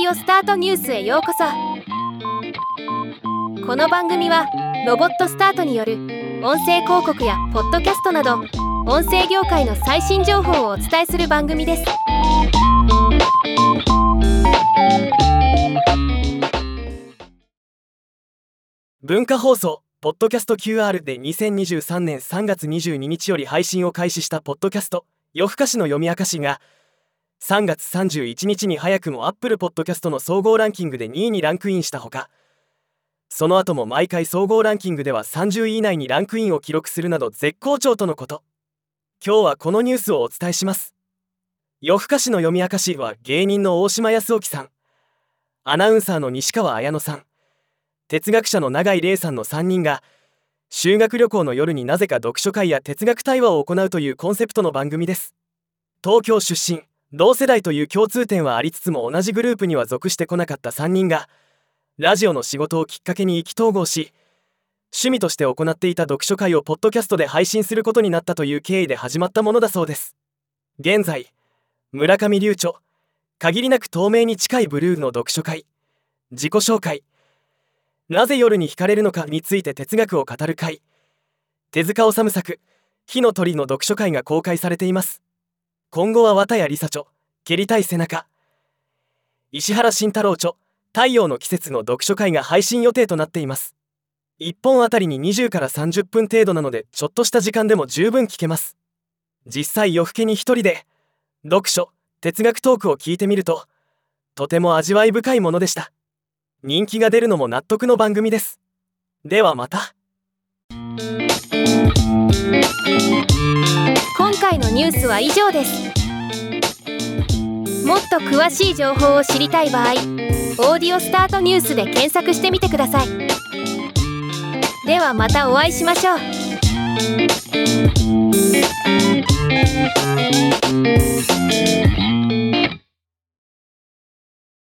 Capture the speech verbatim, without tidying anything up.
オスタートニュースへようこそ。この番組はロボットスタートによる音声広告やポッドキャストなど音声業界の最新情報をお伝えする番組です。 文化放送ポッドキャスト キューアール でにせんにじゅうさんねんさんがつにじゅうににちより配信を開始したポッドキャスト夜更かしの読み明かしがさんがつさんじゅういちにちに早くも Apple Podcast の総合ランキングでにいにランクインしたほか、その後も毎回総合ランキングではさんじゅうい以内にランクインを記録するなど絶好調とのこと。今日はこのニュースをお伝えします。夜更かしの読み明かしは芸人の大島康興さん、アナウンサーの西川綾乃さん、哲学者の永井玲さんのさんにんが修学旅行の夜になぜか読書会や哲学対話を行うというコンセプトの番組です。東京出身、同世代という共通点はありつつも同じグループには属してこなかったさんにんがラジオの仕事をきっかけに意気投合し、趣味として行っていた読書会をポッドキャストで配信することになったという経緯で始まったものだそうです。現在、村上龍著限りなく透明に近いブルーの読書会、自己紹介、なぜ夜に惹かれるのかについて哲学を語る会、手塚治虫作火の鳥の読書会が公開されています。今後は綿谷りさ著蹴りたい背中、石原慎太郎著太陽の季節の読書会が配信予定となっています。いっぽんあたりににじゅうからさんじゅっぷん程度なのでちょっとした時間でも十分聞けます。実際夜更けに一人で読書哲学トークを聞いてみるととても味わい深いものでした。人気が出るのも納得の番組です。ではまた。 今回のニュースは以上です。もっと詳しい情報を知りたい場合、オーディオスタートニュースで検索してみてください。ではまたお会いしましょう。